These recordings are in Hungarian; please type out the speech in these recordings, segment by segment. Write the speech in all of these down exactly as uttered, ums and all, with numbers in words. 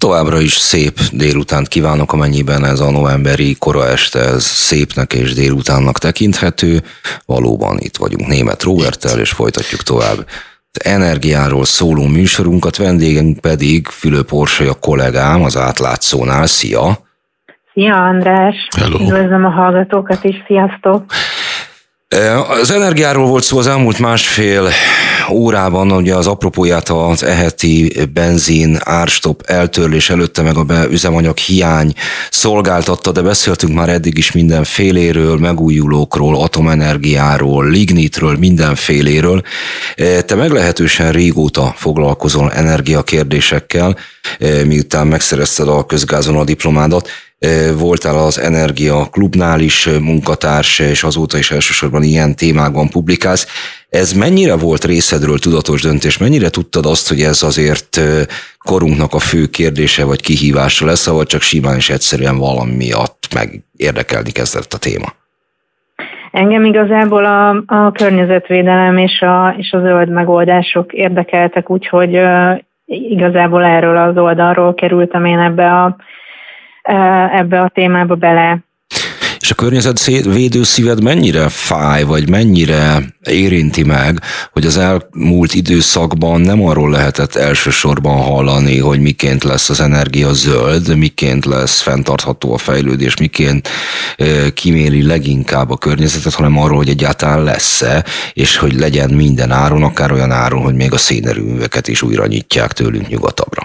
továbbra is szép délutánt kívánok, amennyiben ez a novemberi kora este ez szépnek és délutánnak tekinthető. Valóban itt vagyunk Németh Róberttel, és folytatjuk tovább az energiáról szóló műsorunkat, vendégünk pedig Fülöp Orsolya kollégám az Átlátszónál. Szia! Szia András! Hello. Üdvözlöm a hallgatókat is, sziasztok! Az energiáról volt szó az elmúlt másfél órában, ugye az apropóját az eheti benzin árstop eltörlés előtte meg a üzemanyag hiány szolgáltatta, de beszéltünk már eddig is mindenféléről, megújulókról, atomenergiáról, lignitről, mindenféléről. Te meglehetősen régóta foglalkozol energiakérdésekkel, miután megszerezted a közgázon a diplomádat. Voltál az Energia Klubnál is munkatárs, és azóta is elsősorban ilyen témákban publikálsz. Ez mennyire volt részedről tudatos döntés? Mennyire tudtad azt, hogy ez azért korunknak a fő kérdése vagy kihívása lesz, vagy csak simán és egyszerűen valami miatt meg érdekelni kezdett a téma? Engem igazából a, a környezetvédelem és a, és a zöld megoldások érdekeltek, úgyhogy uh, igazából erről az oldalról kerültem én ebbe a ebbe a témába bele. És a környezetvédő szíved mennyire fáj, vagy mennyire érinti meg, hogy az elmúlt időszakban nem arról lehetett elsősorban hallani, hogy miként lesz az energia zöld, miként lesz fenntartható a fejlődés, miként kiméli leginkább a környezetet, hanem arról, hogy egyáltalán lesz-e, és hogy legyen minden áron, akár olyan áron, hogy még a szénerőműveket is újra nyitják tőlünk nyugatabbra.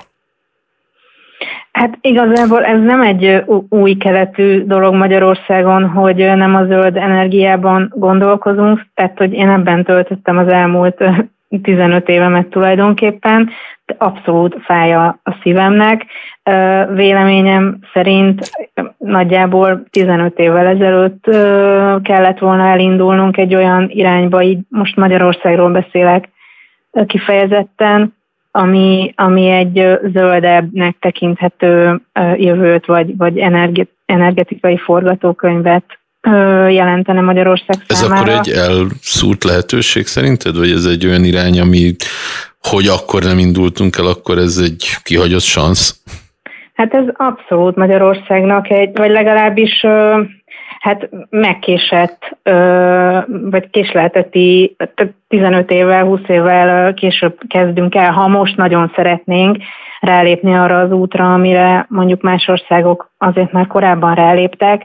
Hát igazából ez nem egy új keletű dolog Magyarországon, hogy nem a zöld energiában gondolkozunk, tehát hogy én ebben töltöttem az elmúlt tizenöt évemet tulajdonképpen, de abszolút fáj a szívemnek. Véleményem szerint nagyjából tizenöt évvel ezelőtt kellett volna elindulnunk egy olyan irányba, így most Magyarországról beszélek kifejezetten, ami, ami egy zöldebbnek tekinthető jövőt, vagy, vagy energi, energetikai forgatókönyvet jelentene Magyarország számára. Ez akkor egy elszúrt lehetőség szerinted, vagy ez egy olyan irány, ami, hogy akkor nem indultunk el, akkor ez egy kihagyott szansz? Hát ez abszolút Magyarországnak egy, vagy legalábbis hát megkésett, vagy késlelteti, tizenöt évvel, húsz évvel később kezdünk el, ha most nagyon szeretnénk rálépni arra az útra, amire mondjuk más országok azért már korábban ráléptek.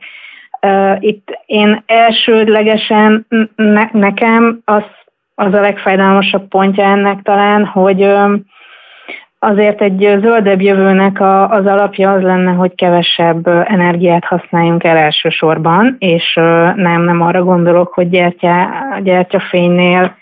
Itt én elsődlegesen ne, nekem az, az a legfájdalmasabb pontja ennek talán, hogy azért egy zöldebb jövőnek a, az alapja az lenne, hogy kevesebb energiát használjunk el elsősorban, és nem, nem arra gondolok, hogy gyertya, gyertyafénynél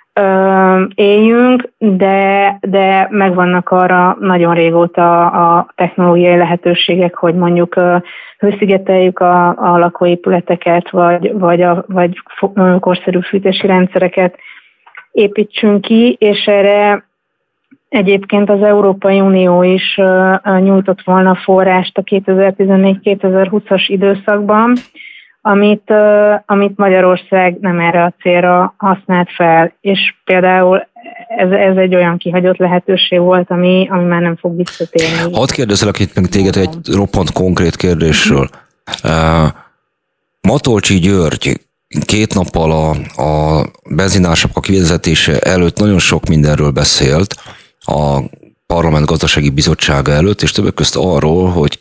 ö, éljünk, de, de megvannak arra nagyon régóta a technológiai lehetőségek, hogy mondjuk hőszigeteljük a, a lakóépületeket, vagy, vagy, a, vagy korszerű fűtési rendszereket építsünk ki, és erre egyébként az Európai Unió is uh, nyújtott volna forrást a kétezer-tizennégy kétezer-húszas időszakban, amit, uh, amit Magyarország nem erre a célra használt fel, és például ez, ez egy olyan kihagyott lehetőség volt, ami, ami már nem fog visszatérni. Hadd kérdezelek itt meg téged egy roppant konkrét kérdésről. Uh, Matolcsy György két nappal a, a benzinársapka kivezetése előtt nagyon sok mindenről beszélt, a Parlament Gazdasági Bizottsága előtt, és többek között arról, hogy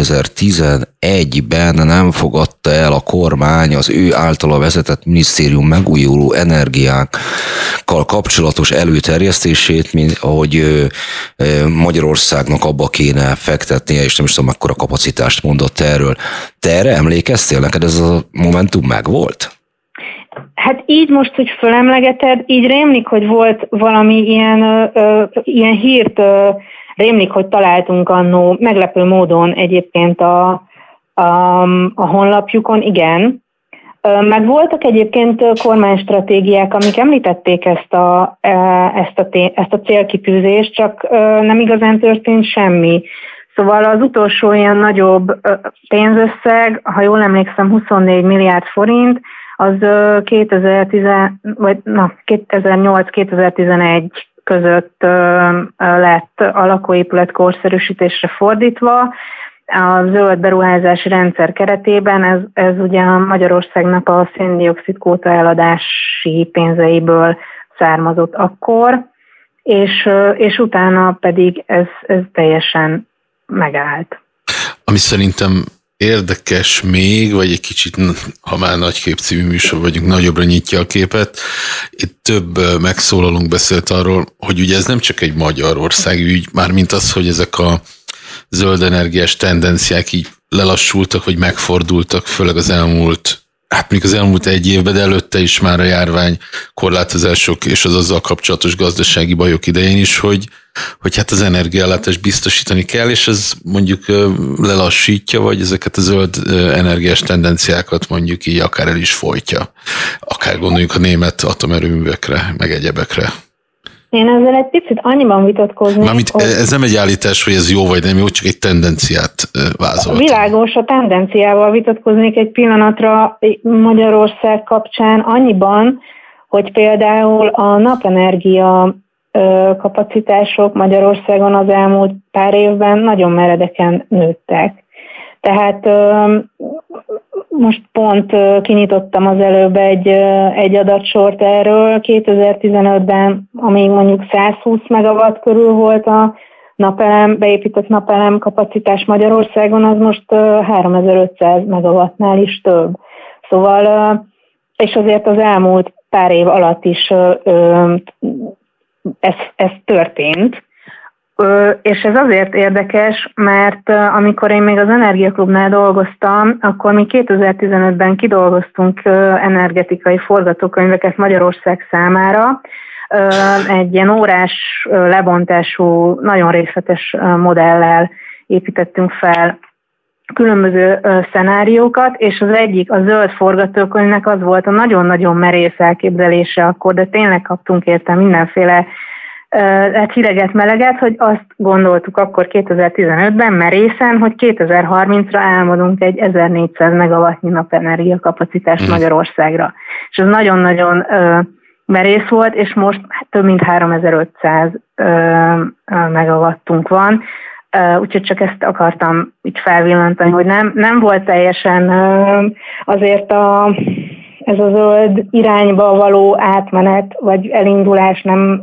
kétezer-tizenegyben nem fogadta el a kormány az ő általa vezetett minisztérium megújuló energiákkal kapcsolatos előterjesztését, mint ahogy Magyarországnak abba kéne fektetnie, és nem is tudom, mekkora kapacitást mondott erről. Te erre emlékeztél? Neked ez a momentum megvolt? Hát így most, hogy fölemlegeted, így rémlik, hogy volt valami ilyen, ö, ö, ilyen hírt, ö, rémlik, hogy találtunk annó meglepő módon egyébként a, a, a honlapjukon, igen. Ö, meg voltak egyébként kormánystratégiák, amik említették ezt a, ezt a, ezt a célkitűzést, csak ö, nem igazán történt semmi. Szóval az utolsó ilyen nagyobb pénzösszeg, ha jól emlékszem, huszonnégy milliárd forint, az kétezer-tíz, vagy na, kétezer-nyolc kétezer-tizenegy között lett a lakóépület korszerűsítésre fordítva. A zöld beruházási rendszer keretében ez, ez ugye Magyarországnak a szén-dioxid kvóta eladási pénzeiből származott akkor, és, és utána pedig ez, ez teljesen megállt. Ami szerintem érdekes még, vagy egy kicsit, ha már Nagykép című műsor vagyunk, nagyobbra nyitja a képet. Itt több megszólalónk beszélt arról, hogy ugye ez nem csak egy Magyarországi ügy, mármint az, hogy ezek a zöld energiás tendenciák így lelassultak, vagy megfordultak, főleg az elmúlt, hát még az elmúlt egy évben, de előtte is már a járvány korlátozások és az azzal kapcsolatos gazdasági bajok idején is, hogy, hogy hát az energiállátást biztosítani kell, és ez mondjuk lelassítja, vagy ezeket a zöld energiás tendenciákat mondjuk így akár el is folytja. Akár gondoljuk a német atomerőművekre, meg egyebekre. Én ezzel egy picit annyiban vitatkoznék. Mármint hogy... ez nem egy állítás, hogy ez jó vagy nem jó, csak egy tendenciát vázolt. Világos, a tendenciával vitatkoznék egy pillanatra Magyarország kapcsán annyiban, hogy például a napenergia kapacitások Magyarországon az elmúlt pár évben nagyon meredeken nőttek. Tehát most pont kinyitottam az előbb egy, egy adatsort erről. kétezer-tizenötben, amíg mondjuk százhúsz megawatt körül volt a napelem, beépített napelem kapacitás Magyarországon, az most háromezer-ötszáz megawattnál is több. Szóval, és azért az elmúlt pár év alatt is ez, ez történt. És ez azért érdekes, mert amikor én még az Energiaklubnál dolgoztam, akkor mi kétezer-tizenötben kidolgoztunk energetikai forgatókönyveket Magyarország számára. Egy ilyen órás lebontású, nagyon részletes modellel építettünk fel különböző szenáriókat, és az egyik, a zöld forgatókönyvnek az volt a nagyon-nagyon merész elképzelése akkor, de tényleg kaptunk érte mindenféle hát hideget, meleget, hogy azt gondoltuk akkor kétezer-tizenötben merészen, hogy kétezer-harmincra álmodunk egy ezernégyszáz megawattnyi napenergia kapacitást mm. Magyarországra. És ez nagyon-nagyon ö, merész volt, és most több mint háromezer-ötszáz ö, ö, megawattunk van. Ö, úgyhogy csak ezt akartam így felvillantani, hogy nem, nem volt teljesen ö, azért a, ez a zöld irányba való átmenet, vagy elindulás nem.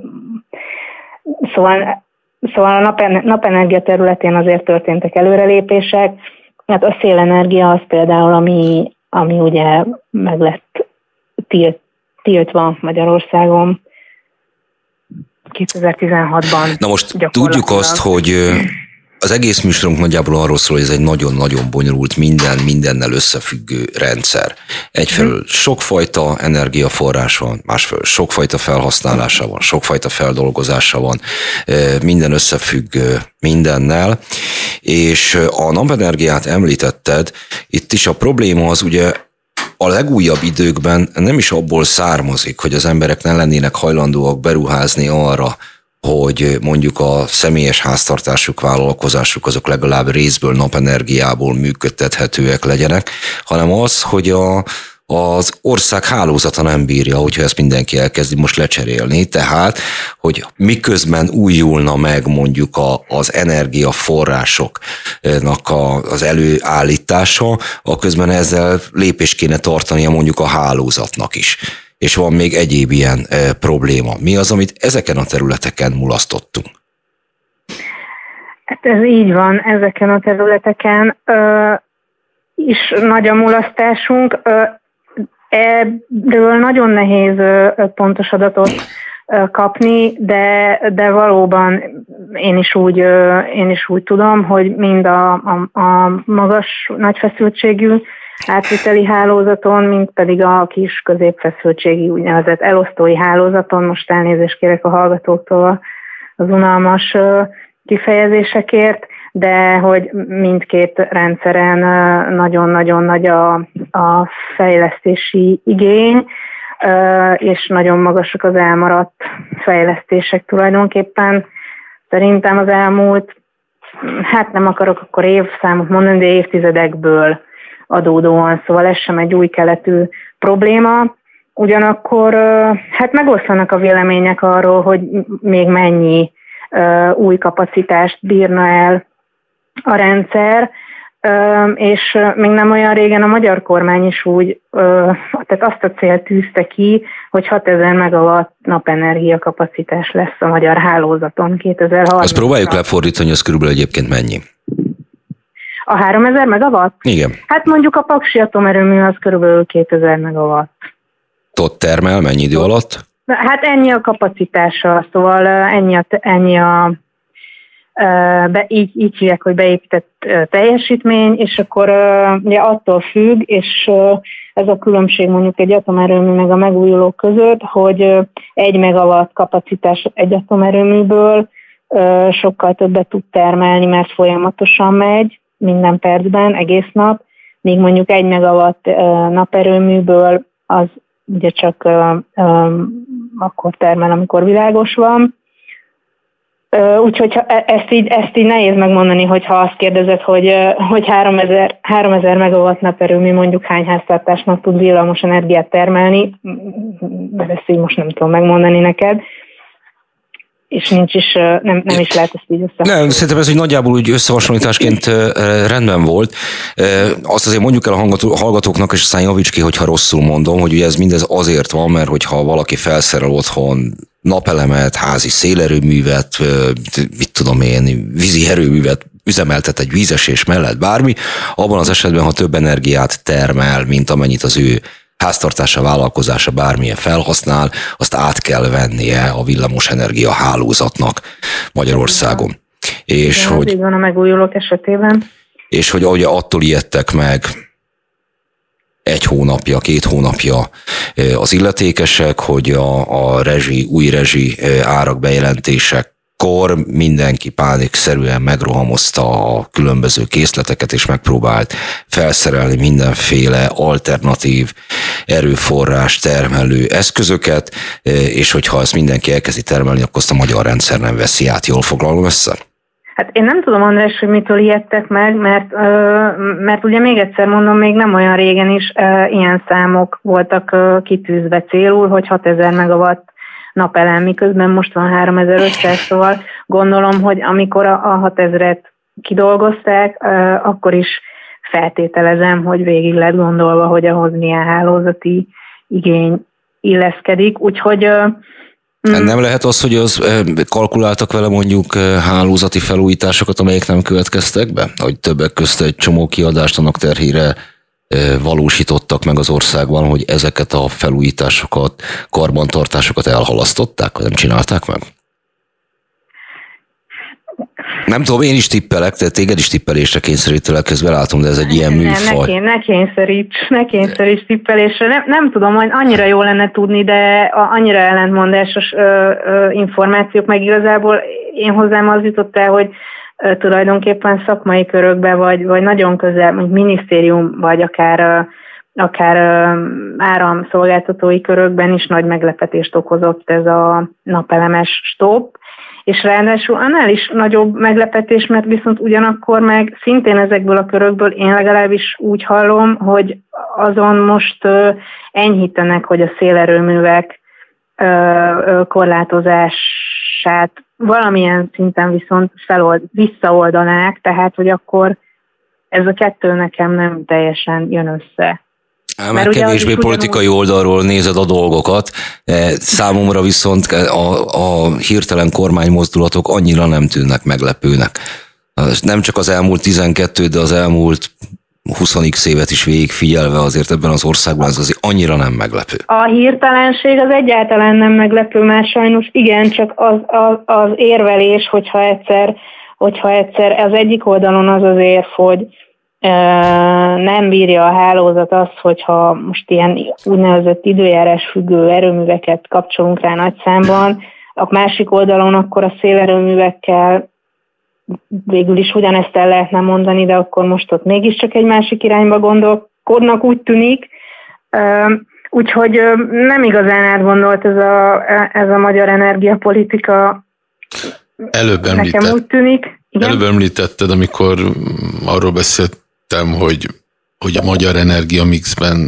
Szóval, szóval a napen, napenergia területén azért történtek előrelépések. Hát a szélenergia az például, ami, ami ugye meg lett tilt, tiltva Magyarországon kétezer-tizenhatban. Na most tudjuk azt, hogy az egész műsorunk nagyjából arról szól, hogy ez egy nagyon-nagyon bonyolult, minden mindennel összefüggő rendszer. Egyfelől sokfajta energiaforrás van, másfelől sokfajta felhasználása van, sokfajta feldolgozása van, minden összefügg mindennel, és a napenergiát említetted, itt is a probléma az ugye a legújabb időkben nem is abból származik, hogy az emberek ne lennének hajlandóak beruházni arra, hogy mondjuk a személyes háztartásuk, vállalkozásuk azok legalább részből napenergiából működtethetőek legyenek, hanem az, hogy a, az ország hálózata nem bírja, hogyha ezt mindenki elkezdi most lecserélni, tehát, hogy miközben újulna meg mondjuk a, az energiaforrásoknak a, az előállítása, aközben ezzel lépést kéne tartania mondjuk a hálózatnak is. És van még egyéb ilyen e, probléma. Mi az, amit ezeken a területeken mulasztottunk? Hát ez így van, ezeken a területeken ö, is nagy a mulasztásunk. Ö, erről nagyon nehéz ö, pontos adatot ö, kapni, de, de valóban én is, úgy, ö, én is úgy tudom, hogy mind a, a, a magas, nagy feszültségű átviteli hálózaton, mint pedig a kis középfeszültségi úgynevezett elosztói hálózaton, most elnézést kérek a hallgatóktól az unalmas kifejezésekért, de hogy mindkét rendszeren nagyon-nagyon nagy a, a fejlesztési igény, és nagyon magasak az elmaradt fejlesztések tulajdonképpen. Szerintem az elmúlt, hát nem akarok akkor évszámot mondani, de évtizedekből adódóan, szóval ez sem egy új keletű probléma. ugyanakkor hát megoszlanak a vélemények arról, hogy még mennyi új kapacitást bírna el a rendszer, és még nem olyan régen a magyar kormány is úgy, tehát azt a célt tűzte ki, hogy hatezer megawatt napenergia kapacitás lesz a magyar hálózaton kétezer-harmincra. Azt próbáljuk lefordítani, az körülbelül egyébként mennyi? A háromezer megawatt? Igen. Hát mondjuk a paksi atomerőmű az körülbelül kétezer megawatt. Tot termel mennyi idő alatt? Hát ennyi a kapacitása, szóval ennyi a, ennyi a be, így, így hívják, hogy beépített teljesítmény, és akkor ugye attól függ, és ez a különbség mondjuk egy atomerőmű meg a megújulók között, hogy egy megawatt kapacitás egy atomerőműből sokkal többet tud termelni, mert folyamatosan megy, minden percben, egész nap, míg mondjuk egy megawatt naperőműből az ugye csak uh, um, akkor termel, amikor világos van. Uh, úgyhogy e- ezt, így, ezt így nehéz megmondani, hogyha azt kérdezed, hogy, uh, hogy háromezer megawatt naperőmű mondjuk hány háztartásnak tud villamos energiát termelni, de ezt így most nem tudom megmondani neked. És nincs is, nem, nem is lehet ezt így összehasonlítani. Nem, szerintem ez egy nagyjából úgy összehasonlításként rendben volt. Azt azért mondjuk el a hallgatóknak, és aztán javíts ki, hogyha rosszul mondom, hogy ugye ez mindez azért van, mert hogyha valaki felszerel otthon napelemet, házi szélerőművet, mit tudom én, vízi erőművet, üzemeltet egy vízesés mellett bármi, abban az esetben, ha több energiát termel, mint amennyit az ő háztartása, vállalkozása bármilyen felhasznál, azt át kell vennie a villamosenergia hálózatnak Magyarországon. Igen. És igen, hogy, így van a megújulók esetében. És hogy ahogy attól ijedtek meg egy hónapja, két hónapja az illetékesek, hogy a, a rezsi, új rezsi árak bejelentések Akkor mindenki pánikszerűen megrohamozta a különböző készleteket, és megpróbált felszerelni mindenféle alternatív erőforrás termelő eszközöket, és hogyha ezt mindenki elkezdi termelni, akkor azt a magyar rendszer nem veszi át. Jól foglalom össze? Hát én nem tudom, András, hogy mitől ijedtek meg, mert, mert ugye még egyszer mondom, még nem olyan régen is ilyen számok voltak kitűzve célul, hogy hatezer megawatt napelem, miközben most van háromezer-ötszáz, szóval gondolom, hogy amikor a hatezret kidolgozták, akkor is feltételezem, hogy végig lett gondolva, hogy ahhoz milyen hálózati igény illeszkedik, úgyhogy nem lehet az, hogy az kalkuláltak vele mondjuk hálózati felújításokat, amelyek nem következtek be? Hogy többek közt egy csomó kiadást annak terhére valósítottak meg az országban, hogy ezeket a felújításokat, karbantartásokat elhalasztották, vagy nem csinálták meg? Nem tudom, én is tippelek, tehát téged is tippelésre kényszerítőleg közben látom, de ez egy ilyen műfaj. Ne, ne kényszeríts, ne kényszeríts tippelésre. Nem, nem tudom, hogy annyira jó lenne tudni, de annyira ellentmondásos ö, ö, információk, meg igazából én hozzám az jutott el, hogy ö, tulajdonképpen szakmai körökben, vagy, vagy nagyon közel, mondjuk minisztérium, vagy akár, ö, akár ö, áramszolgáltatói körökben is nagy meglepetést okozott ez a napelemes stop. És ráadásul annál is nagyobb meglepetés, mert viszont ugyanakkor meg szintén ezekből a körökből én legalábbis úgy hallom, hogy azon most ö, enyhítenek, hogy a szélerőművek ö, ö, korlátozását valamilyen szinten viszont felold, visszaoldanák, tehát hogy akkor ez a kettő nekem nem teljesen jön össze. Már kevésbé politikai oldalról nézed a dolgokat, számomra viszont a, a hirtelen kormánymozdulatok annyira nem tűnnek meglepőnek. Nem csak az elmúlt tizenkettő, de az elmúlt húsz évet is végigfigyelve azért ebben az országban ez azért annyira nem meglepő. A hirtelenség az egyáltalán nem meglepő, mert sajnos igen, csak az, az, az érvelés, hogyha egyszer, hogyha egyszer az egyik oldalon az az érv, hogy nem bírja a hálózat azt, hogyha most ilyen úgynevezett időjárás függő erőműveket kapcsolunk rá nagy számban, a másik oldalon akkor a szélerőművekkel végül is ugyanezt el lehetne mondani, de akkor most ott mégiscsak egy másik irányba gondolkodnak, úgy tűnik. Úgyhogy nem igazán átgondolt ez a, ez a magyar energiapolitika. Előbb említett, nekem úgy tűnik. Igen? Előbb említetted, amikor arról beszéltem, hogy, hogy a magyar energiamixben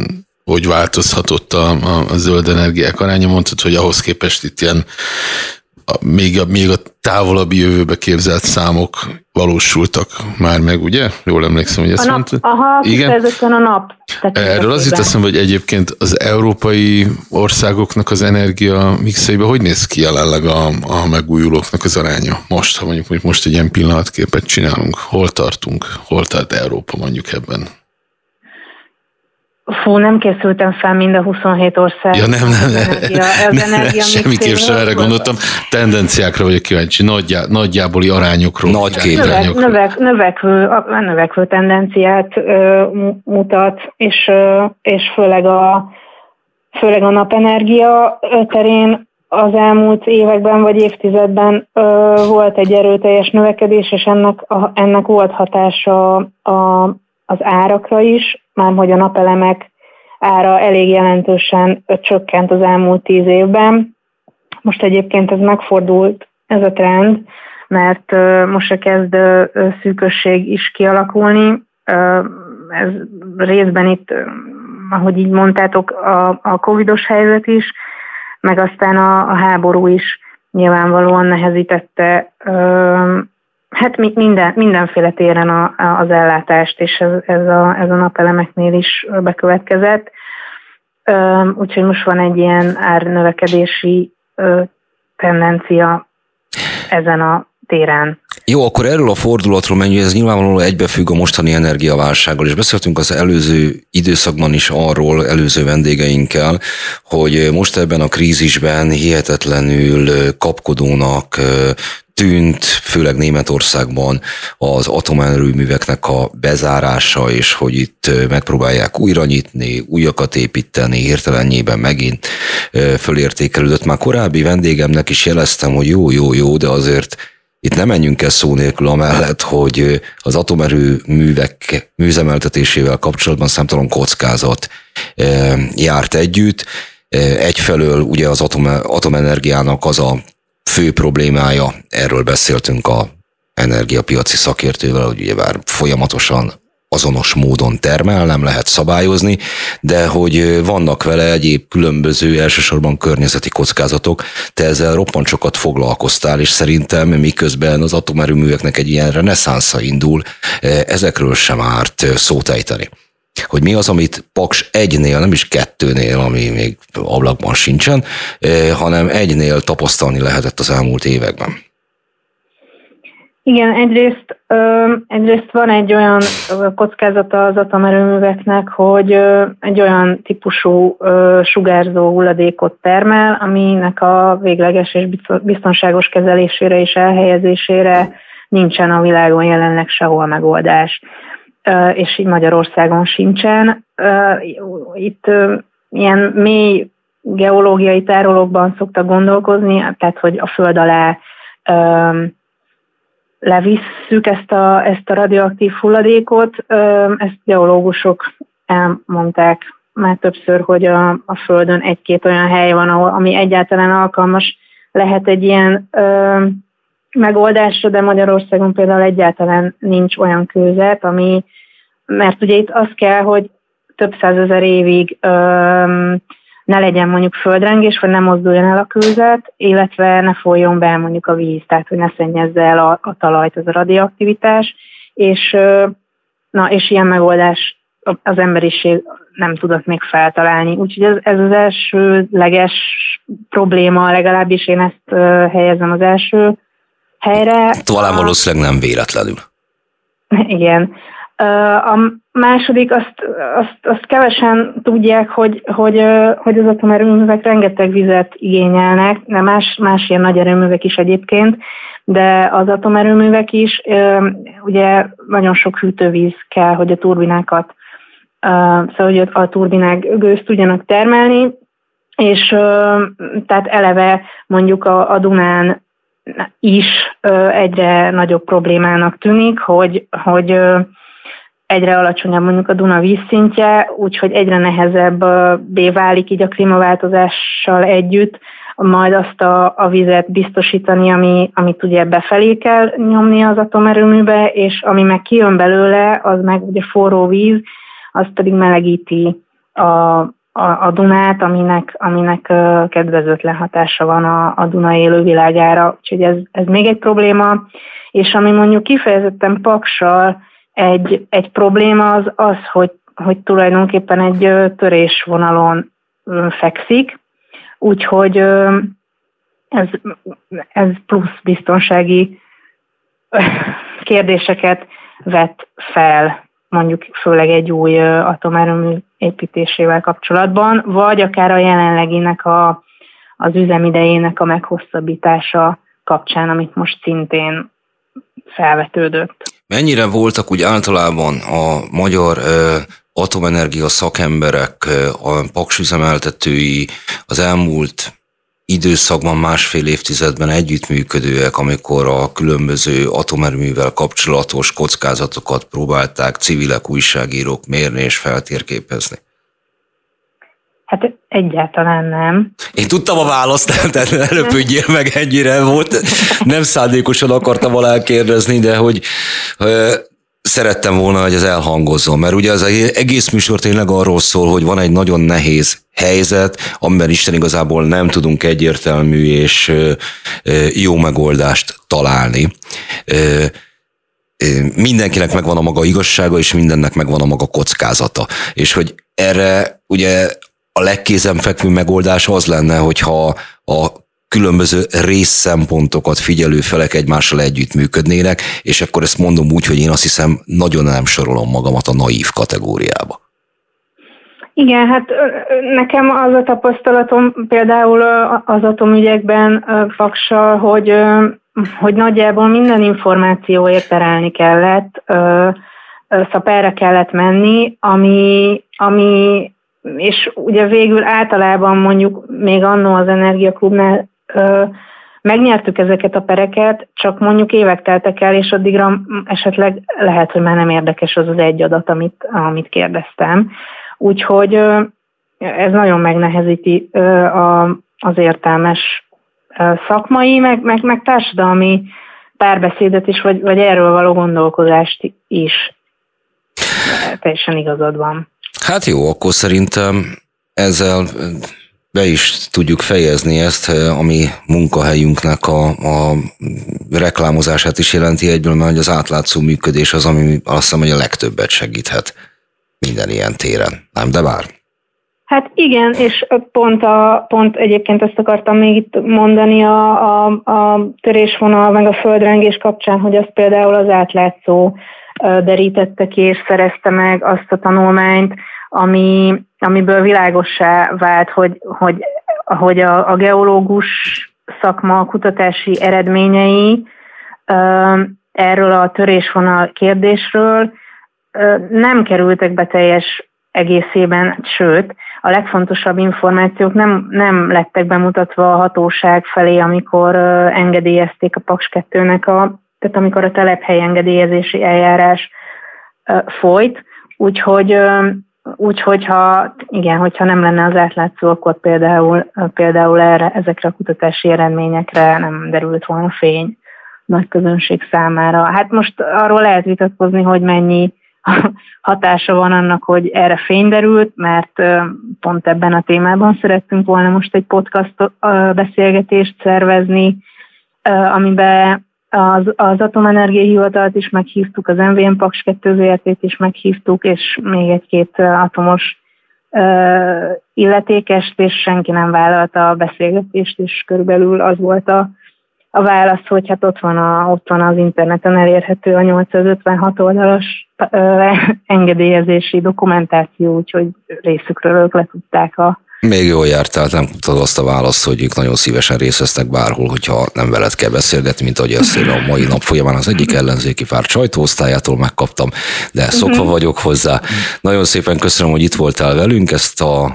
hogy változhatott a, a, a zöld energiák aránya. Mondtad, hogy ahhoz képest itt ilyen a, még, a, még a távolabbi jövőbe képzelt számok valósultak már meg, ugye? Jól emlékszem, hogy ezt a mondtad? Aha, kifejezetten a nap. Erről az jut eszembe, hogy egyébként az európai országoknak az energia mixeiben hogy néz ki jelenleg a, a megújulóknak az aránya? Most, ha mondjuk hogy most egy ilyen pillanatképet csinálunk, hol tartunk, hol tart Európa mondjuk ebben? Fú, nem készültem fel mind a huszonhét ország. Ja, nem, nem, az energia, az nem, energia semmiképp sem erre gondoltam. Tendenciákra vagyok kíváncsi, nagyjá, nagyjáboli arányokról. Nagy kép. Növek, növek, növekvő, a növekvő tendenciát ö, mutat, és, ö, és főleg, a, főleg a napenergia terén az elmúlt években vagy évtizedben ö, volt egy erőteljes növekedés, és ennek, a, ennek volt hatása a, az árakra is, márhogy a napelemek ára elég jelentősen csökkent az elmúlt tíz évben. Most egyébként ez megfordult, ez a trend, mert most se kezd szűkösség is kialakulni. Ez részben itt, ahogy így mondtátok, a, a covidos helyzet is, meg aztán a, a háború is nyilvánvalóan nehezítette hát minden, mindenféle téren a, az ellátást, és ez, ez, a, ez a napelemeknél is bekövetkezett. Úgyhogy most van egy ilyen árnövekedési tendencia ezen a téren. Jó, akkor erről a fordulatról menjünk, ez nyilvánvalóan egybefügg a mostani energiaválsággal, és beszéltünk az előző időszakban is arról, előző vendégeinkkel, hogy most ebben a krízisben hihetetlenül kapkodónak tűnt, főleg Németországban az atomerőműveknek a bezárása, és hogy itt megpróbálják újra nyitni, újakat építeni, hirtelenjében megint fölértékelődött. Már korábbi vendégemnek is jeleztem, hogy jó, jó, jó, de azért itt nem menjünk el szó nélkül amellett, hogy az atomerőművek műzemeltetésével kapcsolatban számtalan kockázat járt együtt. Egyfelől ugye az atom, atomenergiának az a fő problémája, erről beszéltünk a energiapiaci szakértővel, hogy ugyebár folyamatosan azonos módon termel, nem lehet szabályozni, de hogy vannak vele egyéb különböző, elsősorban környezeti kockázatok. Te ezzel roppant sokat foglalkoztál, és szerintem miközben az atomerőműveknek egy ilyen reneszánsza indul, ezekről sem árt szót ejteni. Hogy mi az, amit Paks egynél, nem is kettőnél, ami még ablakban sincsen, hanem egynél tapasztalni lehetett az elmúlt években. Igen, egyrészt, egyrészt van egy olyan kockázata az atomerőműveknek, hogy egy olyan típusú sugárzó hulladékot termel, aminek a végleges és biztonságos kezelésére és elhelyezésére nincsen a világon jelenleg sehol megoldás. És így Magyarországon sincsen. Itt ilyen mély geológiai tárolókban szoktak gondolkozni, tehát hogy a föld alá levisszük ezt a, ezt a radioaktív hulladékot. Ezt geológusok elmondták már többször, hogy a, a Földön egy-két olyan hely van, ahol, ami egyáltalán alkalmas lehet egy ilyen ö, megoldásra, de Magyarországon például egyáltalán nincs olyan kőzet, ami, mert ugye itt az kell, hogy több százezer évig ö, ne legyen mondjuk földrengés, vagy ne mozduljon el a kőzet, illetve ne folyjon be mondjuk a víz, tehát hogy ne szennyezze el a, a talajt, az a radioaktivitás, és, na, és ilyen megoldás az emberiség nem tudott még feltalálni. Úgyhogy ez, ez az elsőleges probléma, legalábbis én ezt helyezem az első helyre. Talán valószínűleg nem véletlenül. Igen. A második, azt, azt, azt kevesen tudják, hogy, hogy, hogy az atomerőművek rengeteg vizet igényelnek, de más, más ilyen nagy erőművek is egyébként, de az atomerőművek is, ugye nagyon sok hűtővíz kell, hogy a turbinákat, szóval hogy a turbinák gőzt tudjanak termelni, és tehát eleve mondjuk a, a Dunán is egyre nagyobb problémának tűnik, hogy, hogy egyre alacsonyabb mondjuk a Duna vízszintje, úgyhogy egyre nehezebbé válik így a klímaváltozással együtt, majd azt a, a vizet biztosítani, ami, amit ugye befelé kell nyomni az atomerőműbe, és ami meg kijön belőle, az meg ugye forró víz, az pedig melegíti a, a, a Dunát, aminek, aminek kedvezőtlen hatása van a, a Duna élővilágára. Úgyhogy ez, ez még egy probléma, és ami mondjuk kifejezetten Paksal egy, egy probléma az az, hogy, hogy tulajdonképpen egy törésvonalon fekszik, úgyhogy ez, ez plusz biztonsági kérdéseket vet fel, mondjuk főleg egy új atomerőmű építésével kapcsolatban, vagy akár a jelenleginek a, az üzemidejének a meghosszabbítása kapcsán, amit most szintén felvetődött. Mennyire voltak úgy általában a magyar ö, atomenergia szakemberek, ö, a Paks üzemeltetői az elmúlt időszakban, másfél évtizedben együttműködőek, amikor a különböző atomerőművel kapcsolatos kockázatokat próbálták civilek, újságírók mérni és feltérképezni? Hát egyáltalán nem. Én tudtam a választ, tehát ne röpődjél meg, ennyire volt. Nem szándékosan akartam alá kérdezni, de hogy ö, szerettem volna, hogy ez elhangozzon, mert ugye az egész műsor tényleg arról szól, hogy van egy nagyon nehéz helyzet, amiben Isten igazából nem tudunk egyértelmű és ö, ö, jó megoldást találni. Ö, mindenkinek megvan a maga igazsága, és mindennek megvan a maga kockázata. És hogy erre ugye a legkézenfekvő megoldás az lenne, hogyha a különböző részszempontokat figyelő felek egymással együttműködnének, és akkor ezt mondom úgy, hogy én azt hiszem, nagyon nem sorolom magamat a naív kategóriába. Igen, hát nekem az a tapasztalatom például az atomügyekben Paksal, hogy, hogy nagyjából minden információért perelni kellett, szaperre kellett menni, ami, ami és ugye végül általában mondjuk még annó az Energiaklubnál ö, megnyertük ezeket a pereket, csak mondjuk évek teltek el, és addigra esetleg lehet, hogy már nem érdekes az az egy adat, amit, amit kérdeztem. Úgyhogy ö, ez nagyon megnehezíti ö, a, az értelmes ö, szakmai, meg, meg, meg társadalmi párbeszédet is, vagy, vagy erről való gondolkozást is. Teljesen igazad van. Hát jó, akkor szerintem ezzel be is tudjuk fejezni ezt, ami munkahelyünknek a, a reklámozását is jelenti egyből, mert az átlátszó működés az, ami azt hiszem, hogy a legtöbbet segíthet minden ilyen téren. Nem, de bár. Hát igen, és pont, a, pont egyébként ezt akartam még itt mondani a, a, a törésvonal meg a földrengés kapcsán, hogy az például az átlátszó derítette ki és szerezte meg azt a tanulmányt, ami, amiből világossá vált, hogy, hogy, hogy a, a geológus szakma kutatási eredményei erről a törésvonal kérdésről nem kerültek be teljes egészében, sőt, a legfontosabb információk nem, nem lettek bemutatva a hatóság felé, amikor engedélyezték a Paks kettőnek a, tehát amikor a telephely engedélyezési eljárás folyt, úgyhogy Úgyhogy ha, igen, hogyha nem lenne az átlátszó, akkor például, például erre, ezekre a kutatási eredményekre nem derült volna fény nagy közönség számára. Hát most arról lehet vitatkozni, hogy mennyi hatása van annak, hogy erre fény derült, mert pont ebben a témában szerettünk volna most egy podcast beszélgetést szervezni, amiben Az, az Atomenergia Hivatalt is meghívtuk, az em vé em Paks kettő zé er té-t is meghívtuk, és még egy-két atomos uh, illetékest, és senki nem vállalta a beszélgetést, és körülbelül az volt a, a válasz, hogy hát ott van, a, ott van az interneten elérhető a nyolcszázötvenhat oldalas uh, engedélyezési dokumentáció, úgyhogy részükről ők le tudták a Még jól jártál, nem tudtad azt a választ, hogy ők nagyon szívesen részt vesznek bárhol, hogyha nem veled kell beszélgetni, mint ahogy ezt a mai nap folyamán az egyik ellenzéki párt sajtóosztályától megkaptam, de szokva vagyok hozzá. Nagyon szépen köszönöm, hogy itt voltál velünk, ezt a...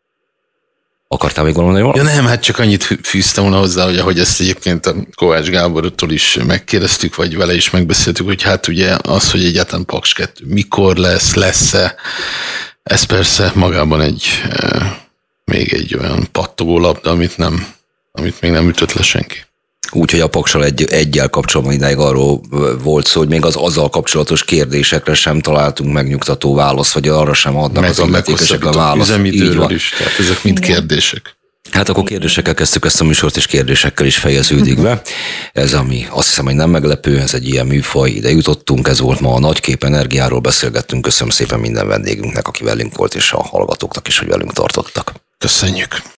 Akartál még valamit? Ja nem, hát csak annyit fűztem volna hozzá, hogy ahogy ezt egyébként a Kovács Gábortól is megkérdeztük, vagy vele is megbeszéltük, hogy hát ugye az, hogy egyáltalán Paks kettő mikor lesz, lesz-e, ez persze magában egy... még egy olyan pattogó labda, amit, nem, amit még nem ütött le senki. Úgyhogy a Paksal egy, egyel kapcsolatban idáig arról volt szó, hogy még az azzal kapcsolatos kérdésekre sem találtunk megnyugtató választ, vagy arra sem adnak meg az illetékesek a választ. Üzemidőről is, tehát ezek mind kérdések. Hát akkor kérdésekkel kezdtük ezt a műsort, és kérdésekkel is fejeződik be. Ez, ami azt hiszem, hogy nem meglepő, ez egy ilyen műfaj, ide jutottunk, ez volt ma a Nagykép Energiáról beszélgettünk. Köszönöm szépen minden vendégünknek, aki velünk volt, és a hallgatóknak is, hogy velünk tartottak. Köszönjük.